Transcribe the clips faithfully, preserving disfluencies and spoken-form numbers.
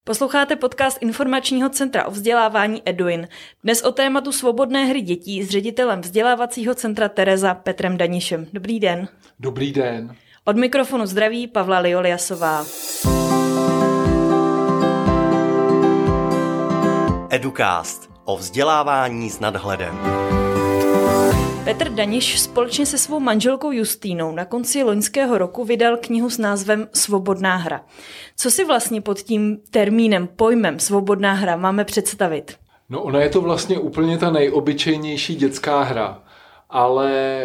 Posloucháte podcast Informačního centra o vzdělávání Eduin. Dnes o tématu svobodné hry dětí s ředitelem vzdělávacího centra Tereza Petrem Danišem. Dobrý den. Dobrý den. Od mikrofonu zdraví Pavla Lioliasová. Educast o vzdělávání s nadhledem. Petr Daniš společně se svou manželkou Justínou na konci loňského roku vydal knihu s názvem Svobodná hra. Co si vlastně pod tím termínem, pojmem svobodná hra máme představit? No ona je to vlastně úplně ta nejobyčejnější dětská hra, ale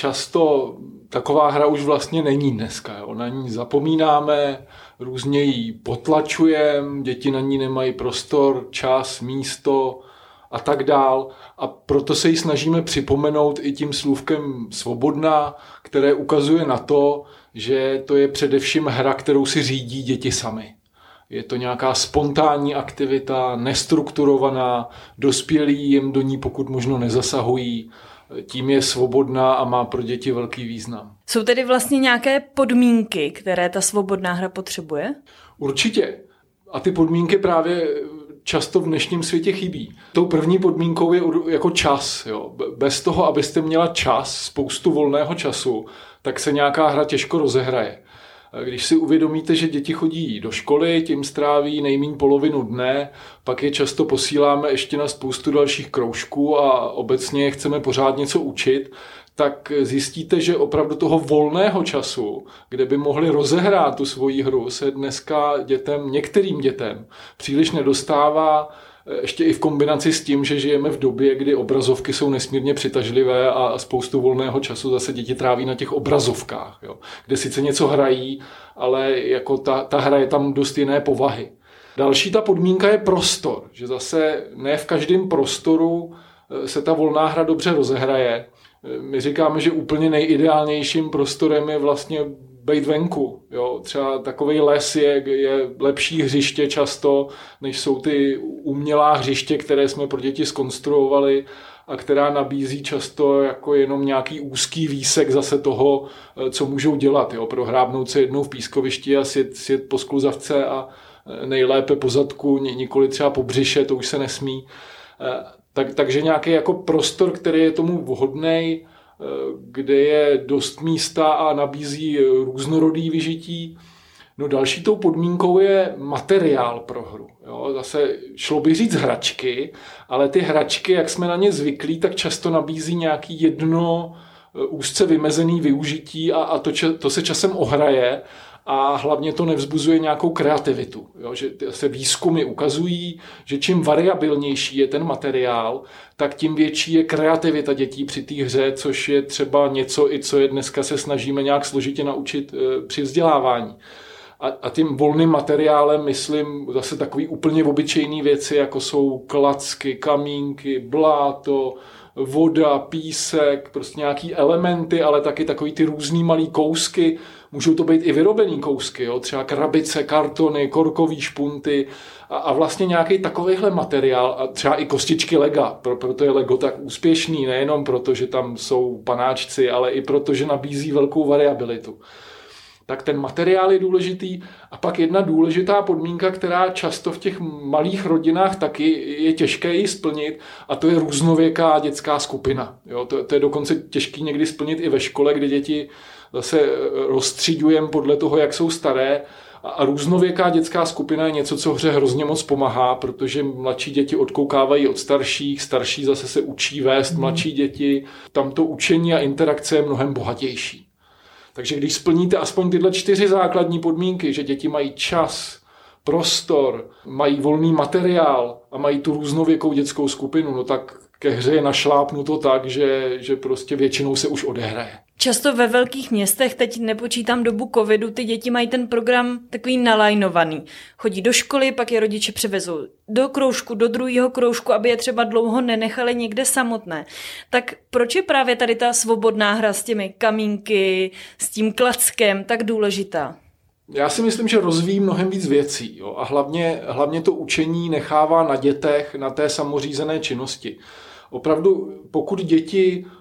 často taková hra už vlastně není dneska. Jo. Na ní zapomínáme, různě ji potlačujeme, děti na ní nemají prostor, čas, místo a tak dál. A proto se ji snažíme připomenout i tím slůvkem svobodná, které ukazuje na to, že to je především hra, kterou si řídí děti sami. Je to nějaká spontánní aktivita, nestrukturovaná, dospělí jim do ní pokud možno nezasahují, tím je svobodná a má pro děti velký význam. Jsou tedy vlastně nějaké podmínky, které ta svobodná hra potřebuje? Určitě. A ty podmínky právě často v dnešním světě chybí. Tou první podmínkou je jako čas. Jo. Bez toho, abyste měla čas, spoustu volného času, tak se nějaká hra těžko rozehraje. Když si uvědomíte, že děti chodí do školy, tím stráví nejméně polovinu dne, pak je často posíláme ještě na spoustu dalších kroužků a obecně je chceme pořád něco učit, tak zjistíte, že opravdu toho volného času, kde by mohli rozehrát tu svoji hru, se dneska dětem, některým dětem příliš nedostává, ještě i v kombinaci s tím, že žijeme v době, kdy obrazovky jsou nesmírně přitažlivé a spoustu volného času zase děti tráví na těch obrazovkách, jo, kde sice něco hrají, ale jako ta, ta hra je tam dost jiné povahy. Další ta podmínka je prostor, že zase ne v každém prostoru se ta volná hra dobře rozehraje. My říkáme, že úplně nejideálnějším prostorem je vlastně být venku. Jo. Třeba takovej les je, je lepší hřiště často, než jsou ty umělá hřiště, které jsme pro děti zkonstruovali a která nabízí často jako jenom nějaký úzký výsek zase toho, co můžou dělat. Jo. Prohrábnout se jednou v pískovišti a sjet, sjet po skluzavce a nejlépe po zadku, nikoli třeba po břiše, to už se nesmí. Tak, takže nějaký jako prostor, který je tomu vhodnej, kde je dost místa a nabízí různorodý vyžití. No další tou podmínkou je materiál pro hru. Jo, zase šlo by říct hračky, ale ty hračky, jak jsme na ně zvyklí, tak často nabízí nějaký jedno úzce vymezený využití a, a to, to se časem ohraje. A hlavně to nevzbuzuje nějakou kreativitu. Jo? Že se výzkumy ukazují, že čím variabilnější je ten materiál, tak tím větší je kreativita dětí při té hře, což je třeba něco, i co je dneska se snažíme nějak složitě naučit e, při vzdělávání. A, a tím volným materiálem myslím zase takový úplně obyčejný věci, jako jsou klacky, kamínky, bláto, voda, písek, prostě nějaký elementy, ale taky takový ty různý malý kousky. Můžou to být i vyrobený kousky, jo? Třeba krabice, kartony, korkový špunty a, a vlastně nějaký takovejhle materiál a třeba i kostičky Lega. Pro, proto je Lego tak úspěšný, nejenom proto, že tam jsou panáčci, ale i proto, že nabízí velkou variabilitu. Tak ten materiál je důležitý a pak jedna důležitá podmínka, která často v těch malých rodinách taky je těžké ji splnit a to je různověká dětská skupina. Jo, to, to je dokonce těžké někdy splnit i ve škole, kde děti zase rozstříďujeme podle toho, jak jsou staré a, a různověká dětská skupina je něco, co hře hrozně moc pomáhá, protože mladší děti odkoukávají od starších, starší zase se učí vést hmm. mladší děti, tam to učení a interakce je mnohem bohatější. Takže když splníte aspoň tyhle čtyři základní podmínky, že děti mají čas, prostor, mají volný materiál a mají tu různověkou dětskou skupinu, no tak ke hře je našlápnuto tak, že, že prostě většinou se už odehraje. Často ve velkých městech, teď nepočítám dobu covidu, ty děti mají ten program takový nalajnovaný. Chodí do školy, pak je rodiče převezou do kroužku, do druhého kroužku, aby je třeba dlouho nenechali někde samotné. Tak proč je právě tady ta svobodná hra s těmi kamínky, s tím klackem tak důležitá? Já si myslím, že rozvíjí mnohem víc věcí, jo? A hlavně, hlavně to učení nechává na dětech, na té samořízené činnosti. Opravdu, pokud děti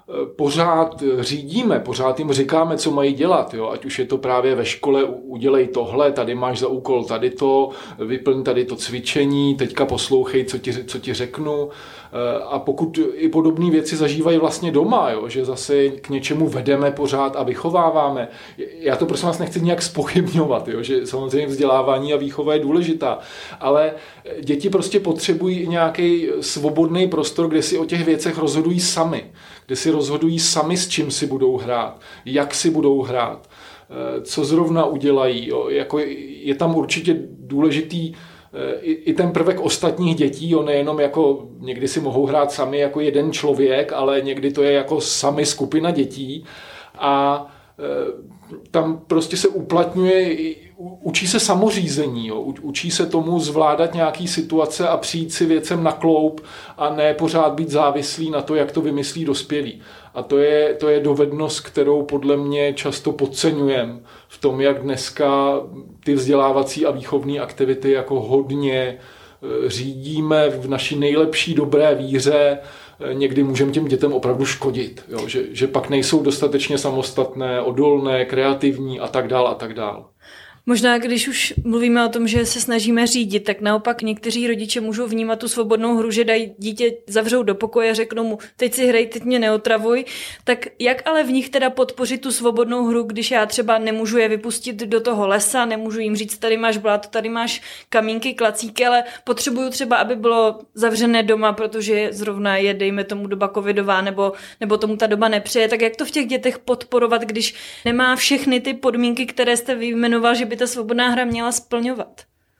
pořád řídíme, pořád jim říkáme, co mají dělat. Jo? Ať už je to právě ve škole, udělej tohle, tady máš za úkol tady to, vyplň tady to cvičení, teďka poslouchej, co ti, co ti řeknu. A pokud i podobné věci zažívají vlastně doma, jo? Že zase k něčemu vedeme pořád a vychováváme. Já to prosím vás nechci nějak zpochybňovat, jo? Že samozřejmě vzdělávání a výchova je důležitá, ale děti prostě potřebují nějaký svobodný prostor, kde si o těch věcech rozhodují sami, kde si rozhodují sami, s čím si budou hrát, jak si budou hrát, co zrovna udělají. Jo? Jako je tam určitě důležitý i, i ten prvek ostatních dětí, jo? Nejenom jako někdy si mohou hrát sami jako jeden člověk, ale někdy to je jako sami skupina dětí a tam prostě se uplatňuje, učí se samořízení, jo? Učí se tomu zvládat nějaký situace a přijít si věcem na kloup a ne pořád být závislý na to, jak to vymyslí dospělí. A to je, to je dovednost, kterou podle mě často podceňujeme v tom, jak dneska ty vzdělávací a výchovné aktivity jako hodně řídíme v naší nejlepší dobré víře. Někdy můžeme těm dětem opravdu škodit, jo? Že, že pak nejsou dostatečně samostatné, odolné, kreativní a tak dál a tak dál. Možná, když už mluvíme o tom, že se snažíme řídit, tak naopak někteří rodiče můžou vnímat tu svobodnou hru, že dají dítě, zavřou do pokoje, řeknou mu, teď si hrej, teď mě neotravuj. Tak jak ale v nich teda podpořit tu svobodnou hru, když já třeba nemůžu je vypustit do toho lesa, nemůžu jim říct, tady máš bláto, tady máš kamínky, klacíky, ale potřebuju třeba, aby bylo zavřené doma, protože zrovna je, dejme tomu, doba covidová, nebo, nebo tomu ta doba nepřeje. Tak jak to v těch dětech podporovat, když nemá všechny ty podmínky, které jste vyjmenoval, že by ta svobodná hra měla splňovat?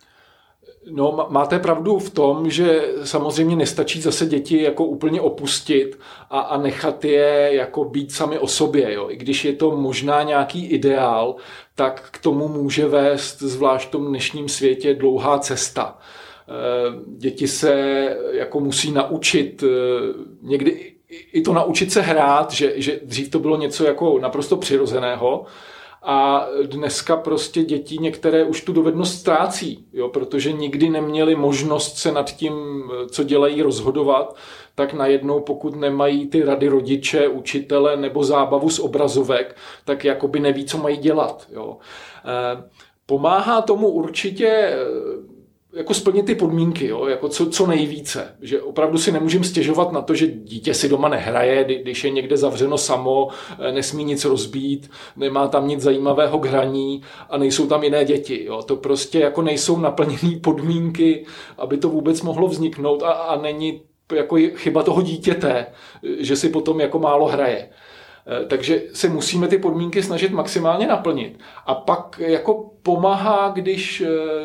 No, máte pravdu v tom, že samozřejmě nestačí zase děti jako úplně opustit a, a nechat je jako být sami o sobě. Jo. I když je to možná nějaký ideál, tak k tomu může vést zvlášť v tom dnešním světě dlouhá cesta. Děti se jako musí naučit někdy i to naučit se hrát, že, že dřív to bylo něco jako naprosto přirozeného, a dneska prostě děti některé už tu dovednost ztrácí, jo, protože nikdy neměli možnost se nad tím, co dělají, rozhodovat, tak najednou, pokud nemají ty rady rodiče, učitele nebo zábavu z obrazovek, tak jakoby neví, co mají dělat. Jo. Pomáhá tomu určitě jako splnit ty podmínky, jo, jako co, co nejvíce. Že opravdu si nemůžeme stěžovat na to, že dítě si doma nehraje, když je někde zavřeno samo, nesmí nic rozbít, nemá tam nic zajímavého k hraní a nejsou tam jiné děti. Jo. To prostě jako nejsou naplněné podmínky, aby to vůbec mohlo vzniknout a, a není jako chyba toho dítěte, že si potom jako málo hraje. Takže se musíme ty podmínky snažit maximálně naplnit. A pak jako pomáhá, když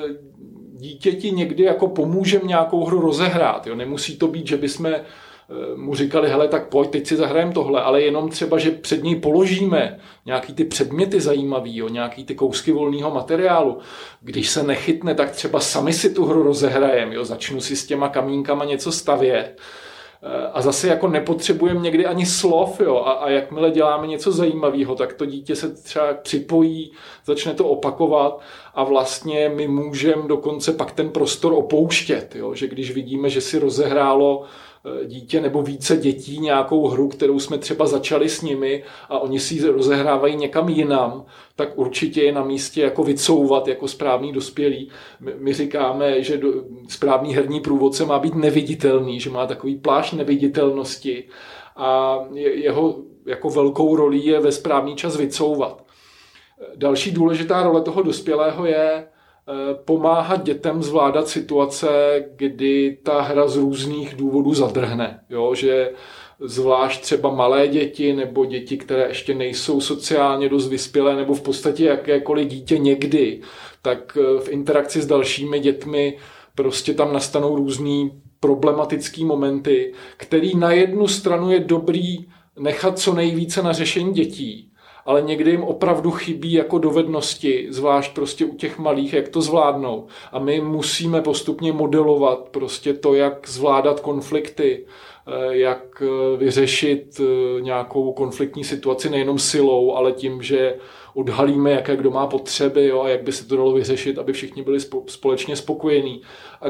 dítěti někdy jako pomůžeme nějakou hru rozehrát. Jo? Nemusí to být, že bychom mu říkali, hele, tak pojď, teď si zahrajeme tohle, ale jenom třeba, že před něj položíme nějaký ty předměty zajímavý, jo? Nějaký ty kousky volného materiálu. Když se nechytne, tak třeba sami si tu hru rozehrajeme. Jo? Začnu si s těma kamínkama něco stavět. A zase jako nepotřebujeme někdy ani slov, jo? A, a jakmile děláme něco zajímavého, tak to dítě se třeba připojí, začne to opakovat a vlastně my můžeme dokonce pak ten prostor opouštět, jo? Že když vidíme, že si rozehrálo dítě nebo více dětí nějakou hru, kterou jsme třeba začali s nimi a oni si ji rozehrávají někam jinam, tak určitě je na místě jako vycouvat jako správný dospělý. My, my říkáme, že do, správný herní průvodce má být neviditelný, že má takový plášť neviditelnosti a je, jeho jako velkou rolí je ve správný čas vycouvat. Další důležitá role toho dospělého je pomáhat dětem zvládat situace, kdy ta hra z různých důvodů zadrhne. Jo? Že zvlášť třeba malé děti nebo děti, které ještě nejsou sociálně dost vyspělé nebo v podstatě jakékoliv dítě někdy, tak v interakci s dalšími dětmi prostě tam nastanou různý problematický momenty, který na jednu stranu je dobrý nechat co nejvíce na řešení dětí, ale někdy jim opravdu chybí jako dovednosti, zvlášť prostě u těch malých, jak to zvládnou. A my musíme postupně modelovat prostě to, jak zvládat konflikty, jak vyřešit nějakou konfliktní situaci nejenom silou, ale tím, že odhalíme, jaké kdo má potřeby, jo, a jak by se to dalo vyřešit, aby všichni byli společně spokojení. A když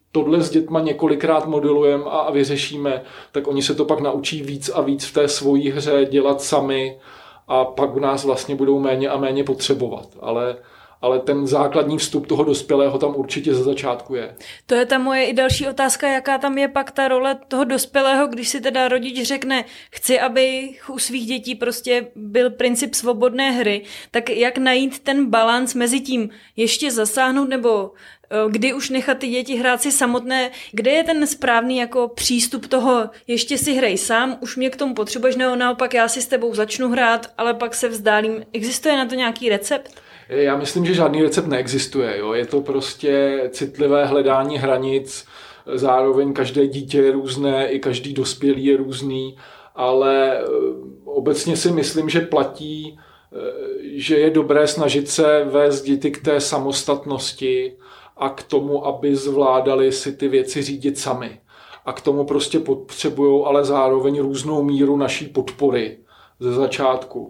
tohle s dětma několikrát modelujeme a vyřešíme, tak oni se to pak naučí víc a víc v té svojí hře dělat sami a pak nás vlastně budou méně a méně potřebovat. Ale ale ten základní vstup toho dospělého tam určitě ze začátku je. To je ta moje i další otázka, jaká tam je pak ta role toho dospělého, když si teda rodič řekne, chci, aby u svých dětí prostě byl princip svobodné hry, tak jak najít ten balans mezi tím ještě zasáhnout nebo kdy už nechat ty děti hrát si samotné, kde je ten správný jako přístup toho, ještě si hrej sám, už mě k tomu potřebuješ, nebo naopak já si s tebou začnu hrát, ale pak se vzdálím. Existuje na to nějaký recept? Já myslím, že žádný recept neexistuje. Jo? Je to prostě citlivé hledání hranic, zároveň každé dítě je různé, i každý dospělý je různý, ale obecně si myslím, že platí, že je dobré snažit se vést děti k té samostatnosti a k tomu, aby zvládali si ty věci řídit sami. A k tomu prostě potřebují ale zároveň různou míru naší podpory ze začátku.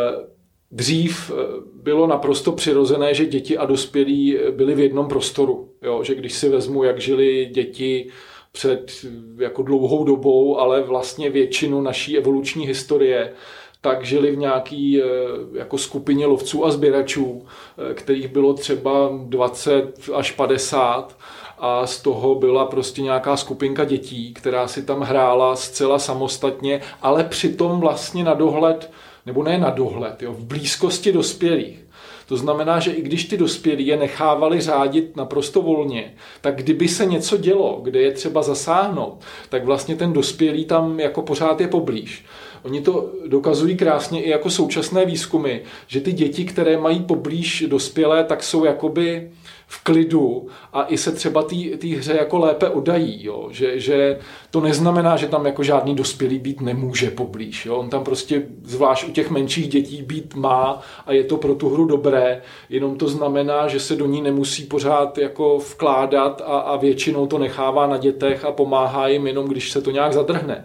Dřív bylo naprosto přirozené, že děti a dospělí byli v jednom prostoru. Jo? Že když si vezmu, jak žili děti před jako dlouhou dobou, ale vlastně většinu naší evoluční historie, tak žili v nějaký jako skupině lovců a sběračů, kterých bylo třeba dvacet až padesát a z toho byla prostě nějaká skupinka dětí, která si tam hrála zcela samostatně, ale přitom vlastně na dohled, nebo ne na dohled, jo, v blízkosti dospělých. To znamená, že i když ty dospělí je nechávali řádit naprosto volně, tak kdyby se něco dělo, kde je třeba zasáhnout, tak vlastně ten dospělý tam jako pořád je poblíž. Oni to dokazují krásně i jako současné výzkumy, že ty děti, které mají poblíž dospělé, tak jsou jakoby v klidu a i se třeba té hře jako lépe oddají. Jo? Že, že to neznamená, že tam jako žádný dospělý být nemůže poblíž. Jo? On tam prostě zvlášť u těch menších dětí být má a je to pro tu hru dobré, jenom to znamená, že se do ní nemusí pořád jako vkládat a, a většinou to nechává na dětech a pomáhá jim jenom, když se to nějak zadrhne.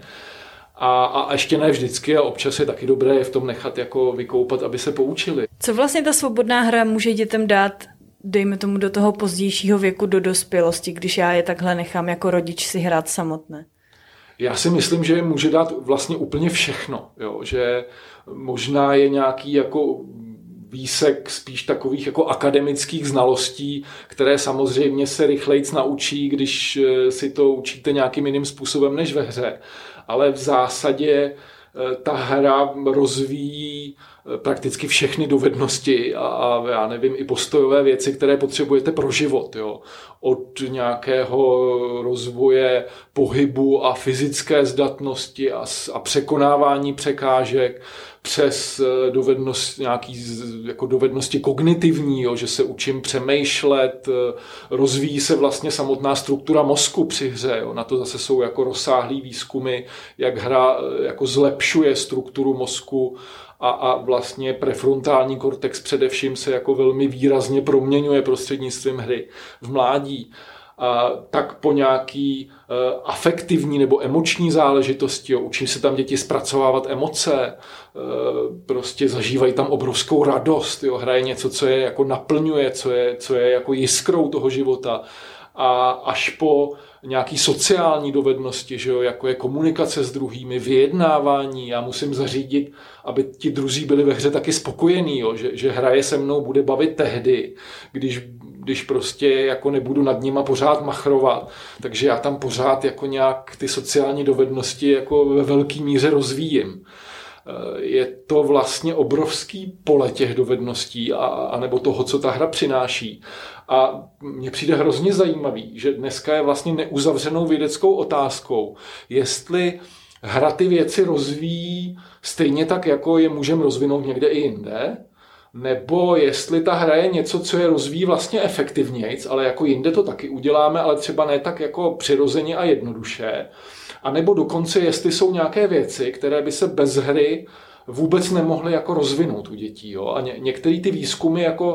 A, a ještě ne vždycky a občas je taky dobré je v tom nechat jako vykoupat, aby se poučili. Co vlastně ta svobodná hra může dětem dát, dejme tomu do toho pozdějšího věku, do dospělosti, když já je takhle nechám jako rodič si hrát samotné? Já si myslím, že může dát vlastně úplně všechno. Jo? Že možná je nějaký jako výsek spíš takových jako akademických znalostí, které samozřejmě se rychlejc naučí, když si to učíte nějakým jiným způsobem než ve hře. Ale v zásadě ta hra rozvíjí prakticky všechny dovednosti a, a já nevím, i postojové věci, které potřebujete pro život. Jo. Od nějakého rozvoje pohybu a fyzické zdatnosti a, a překonávání překážek přes dovednost, nějaký jako dovednosti kognitivní, jo, že se učím přemýšlet, rozvíjí se vlastně samotná struktura mozku při hře. Jo. Na to zase jsou jako rozsáhlý výzkumy, jak hra jako zlepšuje strukturu mozku a, a vlastně prefrontální kortex především se jako velmi výrazně proměňuje prostřednictvím hry v mládí. A tak po nějaký uh, afektivní nebo emoční záležitosti, jo, učí se tam děti zpracovávat emoce, uh, prostě zažívají tam obrovskou radost, jo, hraje něco, co je jako naplňuje, co je, co je jako jiskrou toho života. A až po nějaký sociální dovednosti, že jo, jako je komunikace s druhými, vyjednávání, já musím zařídit, aby ti druzí byli ve hře taky spokojení, jo, že, že hraje se mnou bude bavit tehdy, když, když prostě jako nebudu nad nima pořád machrovat, takže já tam pořád jako nějak ty sociální dovednosti jako ve velké míře rozvíjím. Je to vlastně obrovský pole těch dovedností a, a nebo toho, co ta hra přináší. A mně přijde hrozně zajímavý, že dneska je vlastně neuzavřenou vědeckou otázkou, jestli hra ty věci rozvíjí stejně tak, jako je můžeme rozvinout někde i jinde, nebo jestli ta hra je něco, co je rozvíjí vlastně efektivnějc, ale jako jinde to taky uděláme, ale třeba ne tak jako přirozeně a jednoduše. A nebo dokonce, jestli jsou nějaké věci, které by se bez hry vůbec nemohly jako rozvinout u dětí. Jo? A ně, některé ty výzkumy jako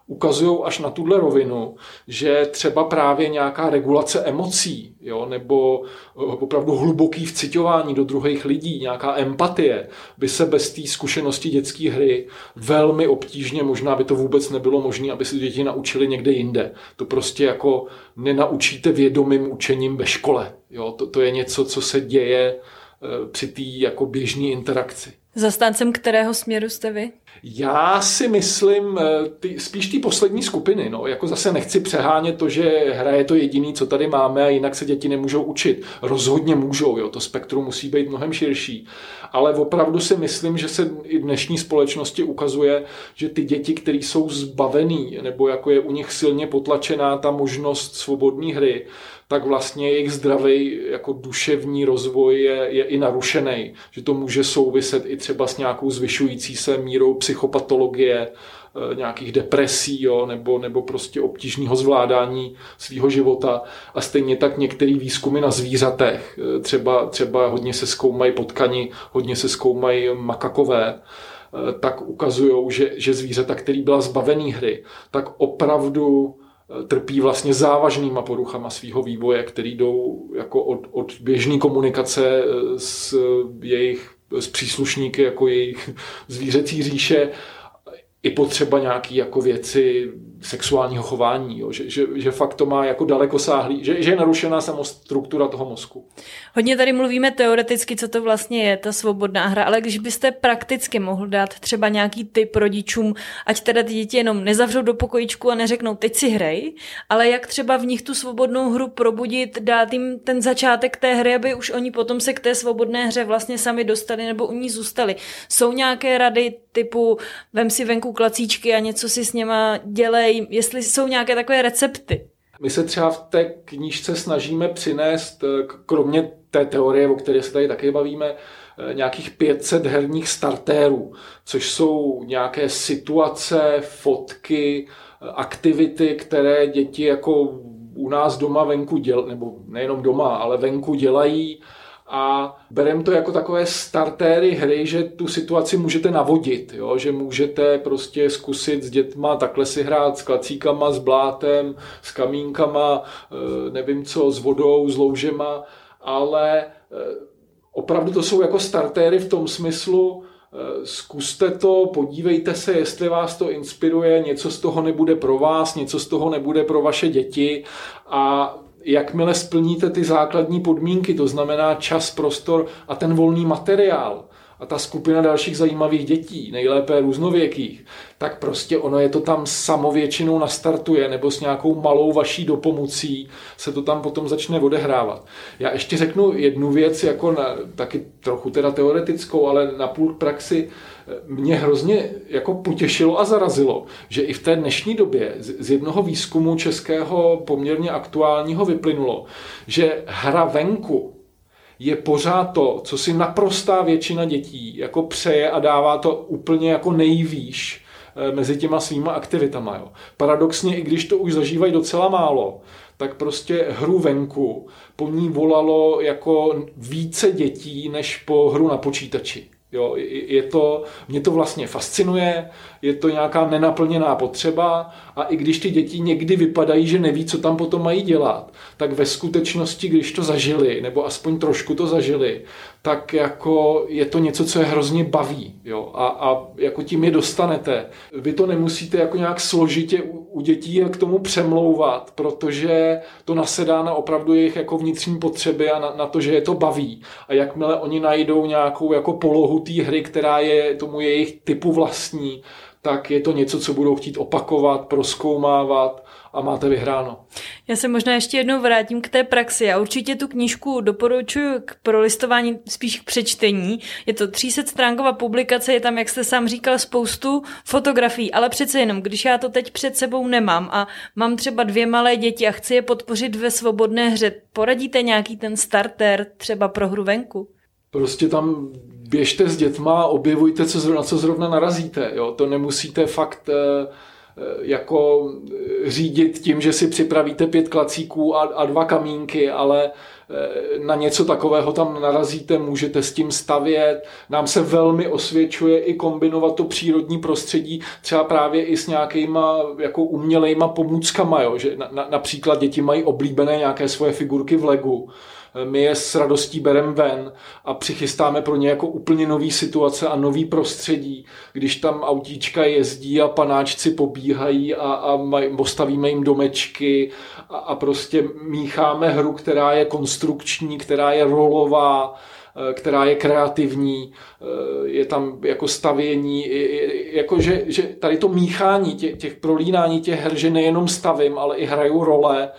ukazují až na tuhle rovinu, že třeba právě nějaká regulace emocí, jo, nebo opravdu hluboký vciťování do druhých lidí, nějaká empatie, by se bez té zkušenosti dětské hry velmi obtížně, možná by to vůbec nebylo možné, aby se děti naučili někde jinde. To prostě jako nenaučíte vědomým učením ve škole. Jo, to, to je něco, co se děje při té jako běžné interakci. Zastáncem kterého směru jste vy? Já si myslím ty, spíš ty poslední skupiny. No. Jako zase nechci přehánět to, že hra je to jediný, co tady máme a jinak se děti nemůžou učit. Rozhodně můžou, jo. To spektrum musí být mnohem širší. Ale opravdu si myslím, že se i v dnešní společnosti ukazuje, že ty děti, které jsou zbavený, nebo jako je u nich silně potlačená ta možnost svobodné hry, tak vlastně jejich zdravý jako duševní rozvoj je, je i narušený. Že to může souviset i třeba s nějakou zvyšující se mírou psychopatologie, nějakých depresí, jo, nebo, nebo prostě obtížného zvládání svého života. A stejně tak některé výzkumy na zvířatech, třeba, třeba hodně se zkoumají potkani, hodně se zkoumají makakové, tak ukazují, že, že zvířata, který byla zbavený hry, tak opravdu trpí vlastně závažnýma poruchama svého vývoje, který jdou jako od, od běžné komunikace s jejich s příslušníky jako jejich zvířecí říše i potřeba nějaký jako věci sexuálního chování, jo? Že, že, že fakt to má jako dalekosáhlý, že, že je narušená samostruktura toho mozku. Hodně tady mluvíme teoreticky, co to vlastně je, ta svobodná hra, ale když byste prakticky mohl dát třeba nějaký tip rodičům, ať teda ty děti jenom nezavřou do pokojíčku a neřeknou, teď si hrej, ale jak třeba v nich tu svobodnou hru probudit, dát jim ten začátek té hry, aby už oni potom se k té svobodné hře vlastně sami dostali nebo u ní zůstali. Jsou nějaké rady typu vem si venku klacíčky a něco si s něma dělej, jestli jsou nějaké takové recepty? My se třeba v té knížce snažíme přinést, kromě té teorie, o které se tady taky bavíme, nějakých pět set herních startérů, což jsou nějaké situace, fotky, aktivity, které děti jako u nás doma venku dělají, nebo nejenom doma, ale venku dělají, a bereme to jako takové startéry hry, že tu situaci můžete navodit, jo? Že můžete prostě zkusit s dětma takhle si hrát s klacíkama, s blátem, s kamínkama, nevím co, s vodou, s loužema, ale opravdu to jsou jako startéry v tom smyslu, zkuste to, podívejte se, jestli vás to inspiruje, něco z toho nebude pro vás, něco z toho nebude pro vaše děti a jakmile splníte ty základní podmínky, to znamená čas, prostor a ten volný materiál a ta skupina dalších zajímavých dětí, nejlépe různověkých, tak prostě ono je to tam samo většinou nastartuje nebo s nějakou malou vaší dopomocí se to tam potom začne odehrávat. Já ještě řeknu jednu věc, jako na, taky trochu teda teoretickou, ale na půl praxi. Mě hrozně jako potěšilo a zarazilo, že i v té dnešní době z jednoho výzkumu českého poměrně aktuálního vyplynulo, že hra venku je pořád to, co si naprostá většina dětí jako přeje a dává to úplně jako nejvýš mezi těma svýma aktivitama. Jo. Paradoxně, i když to už zažívají docela málo, tak prostě hru venku po ní volalo jako více dětí než po hru na počítači. Jo, je to, mě to vlastně fascinuje, je to nějaká nenaplněná potřeba a i když ty děti někdy vypadají, že neví, co tam potom mají dělat, tak ve skutečnosti, když to zažili, nebo aspoň trošku to zažili, tak jako je to něco, co je hrozně baví. Jo? A, a jako tím je dostanete. Vy to nemusíte jako nějak složitě u, u dětí k tomu přemlouvat, protože to nasedá na opravdu jejich jako vnitřní potřeby a na, na to, že je to baví. A jakmile oni najdou nějakou jako polohu té hry, která je tomu jejich typu vlastní, tak je to něco, co budou chtít opakovat, prozkoumávat a máte vyhráno. Já se možná ještě jednou vrátím k té praxi. Já určitě tu knížku doporučuji k prolistování, spíš k přečtení. Je to tři sta stránková publikace, je tam, jak jste sám říkal, spoustu fotografií, ale přece jenom, když já to teď před sebou nemám a mám třeba dvě malé děti a chci je podpořit ve svobodné hře, poradíte nějaký ten starter třeba pro hru venku? Prostě tam běžte s dětma, objevujte, co, na co zrovna narazíte. Jo? To nemusíte fakt jako řídit tím, že si připravíte pět klacíků a, a dva kamínky, ale na něco takového tam narazíte, můžete s tím stavět. Nám se velmi osvědčuje i kombinovat to přírodní prostředí třeba právě i s nějakýma jako umělejma pomůckama, jo? Že na, na, například děti mají oblíbené nějaké svoje figurky v Legu. My je s radostí bereme ven a přichystáme pro ně jako úplně nový situace a nový prostředí, když tam autíčka jezdí a panáčci pobíhají a, a maj, postavíme jim domečky a, a prostě mícháme hru, která je konstrukční, která je rolová, která je kreativní, je tam jako stavění, jako že, že tady to míchání těch, těch prolínání těch her, že nejenom stavím, ale i hraju role,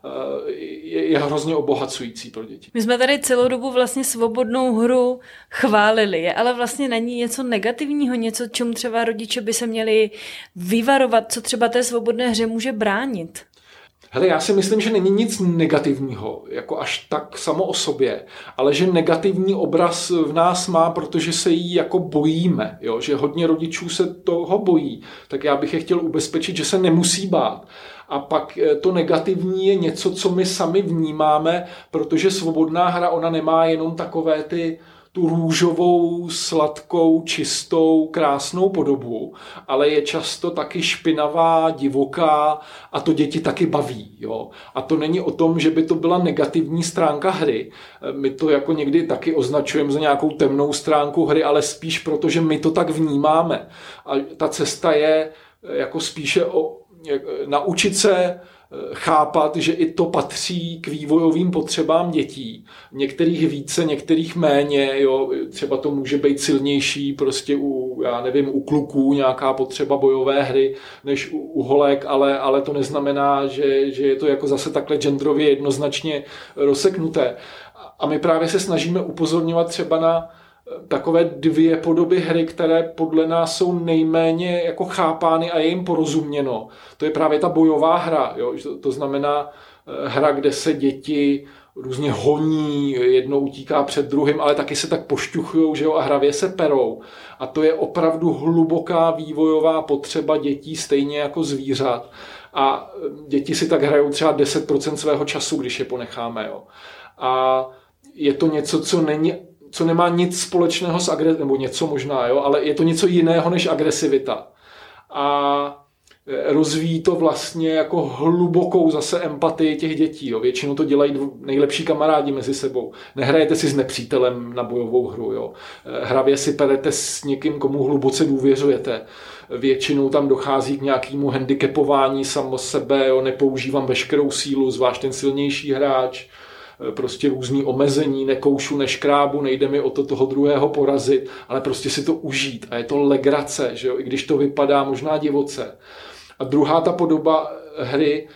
Je, je hrozně obohacující pro děti. My jsme tady celou dobu vlastně svobodnou hru chválili, je ale vlastně není něco negativního, něco, čemu třeba rodiče by se měli vyvarovat, co třeba té svobodné hře může bránit? Hele, já si myslím, že není nic negativního, jako až tak samo o sobě, ale že negativní obraz v nás má, protože se jí jako bojíme, jo? Že hodně rodičů se toho bojí, tak já bych je chtěl ubezpečit, že se nemusí bát. A pak to negativní je něco, co my sami vnímáme, protože svobodná hra, ona nemá jenom takové ty tu růžovou, sladkou, čistou, krásnou podobu, ale je často taky špinavá, divoká a to děti taky baví. Jo? A to není o tom, že by to byla negativní stránka hry. My to jako někdy taky označujeme za nějakou temnou stránku hry, ale spíš proto, že my to tak vnímáme. A ta cesta je jako spíše o naučit se chápat, že i to patří k vývojovým potřebám dětí. Některých více, některých méně. Jo. Třeba to může být silnější prostě u, já nevím, u kluků nějaká potřeba bojové hry než u, u holek, ale, ale to neznamená, že, že je to jako zase takhle genderově jednoznačně rozseknuté. A my právě se snažíme upozorňovat třeba na takové dvě podoby hry, které podle nás jsou nejméně jako chápány a je jim porozuměno. To je právě ta bojová hra. Jo? To znamená hra, kde se děti různě honí, jednou utíká před druhým, ale taky se tak pošťuchujou, že jo, a hravě se perou. A to je opravdu hluboká vývojová potřeba dětí, stejně jako zvířat. A děti si tak hrajou třeba deset procent svého času, když je ponecháme. Jo? A je to něco, co není co nemá nic společného s agresivitou, nebo něco možná, jo, ale je to něco jiného než agresivita. A rozvíjí to vlastně jako hlubokou zase empatii těch dětí. Jo. Většinou to dělají nejlepší kamarádi mezi sebou. Nehrajete si s nepřítelem na bojovou hru. Jo. Hravě si perete s někým, komu hluboce důvěřujete. Většinou tam dochází k nějakému handicapování samo sebe, jo. Nepoužívám veškerou sílu, zvlášť ten silnější hráč. Prostě různý omezení, nekoušu, neškrábu, nejde mi o to toho druhého porazit, ale prostě si to užít a je to legrace, že jo? I když to vypadá možná divoce. A druhá ta podoba hry,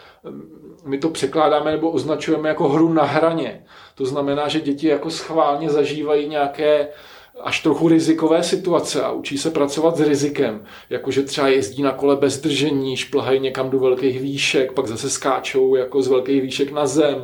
my to překládáme nebo označujeme jako hru na hraně. To znamená, že děti jako schválně zažívají nějaké až trochu rizikové situace a učí se pracovat s rizikem. Jakože třeba jezdí na kole bez držení, šplhají někam do velkých výšek, pak zase skáčou jako z velkých výšek na zem.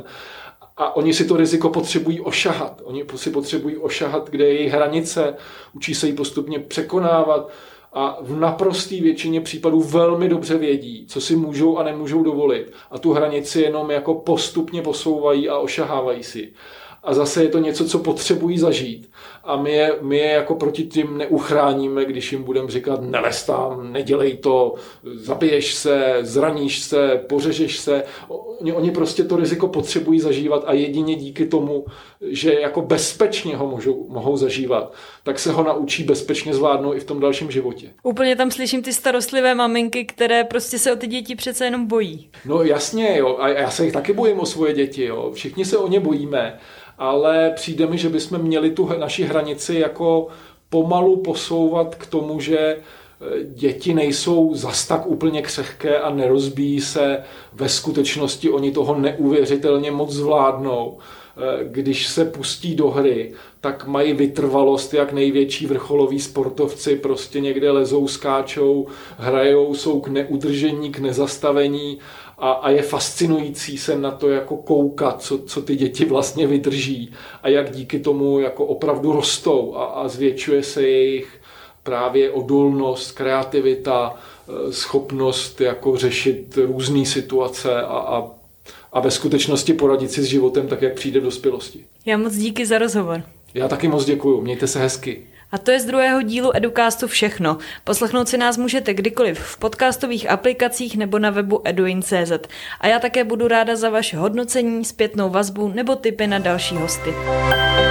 A oni si to riziko potřebují ošahat. Oni si potřebují ošahat, kde je jejich hranice, učí se ji postupně překonávat a v naprosté většině případů velmi dobře vědí, co si můžou a nemůžou dovolit. A tu hranici jenom jako postupně posouvají a ošahávají si. A zase je to něco, co potřebují zažít. A my je, my je jako proti tím neuchráníme, když jim budeme říkat nelez tam, nedělej to, zabiješ se, zraníš se, pořežeš se. Oni, oni prostě to riziko potřebují zažívat a jedině díky tomu, že jako bezpečně ho můžou, mohou zažívat, tak se ho naučí bezpečně zvládnout i v tom dalším životě. Úplně tam slyším ty starostlivé maminky, které prostě se o ty děti přece jenom bojí. No jasně, jo. A já se jich taky bojím o svoje děti. Jo. Všichni se o ně bojíme. Ale přijde mi, že bychom měli tu naši hranici jako pomalu posouvat k tomu, že děti nejsou zas tak úplně křehké a nerozbíjí se. Ve skutečnosti oni toho neuvěřitelně moc zvládnou. Když se pustí do hry, tak mají vytrvalost jak největší vrcholoví sportovci, prostě někde lezou, skáčou, hrajou, jsou k neudržení, k nezastavení a, a je fascinující se na to jako koukat, co, co ty děti vlastně vydrží a jak díky tomu jako opravdu rostou a, a zvětšuje se jejich právě odolnost, kreativita, schopnost jako řešit různé situace a, a, a ve skutečnosti poradit si s životem tak, jak přijde v dospělosti. Já moc díky za rozhovor. Já taky moc děkuju, mějte se hezky. A to je z druhého dílu Educastu všechno. Poslechnout si nás můžete kdykoliv v podcastových aplikacích nebo na webu eduin tečka cé zet. A já také budu ráda za vaše hodnocení, zpětnou vazbu nebo tipy na další hosty.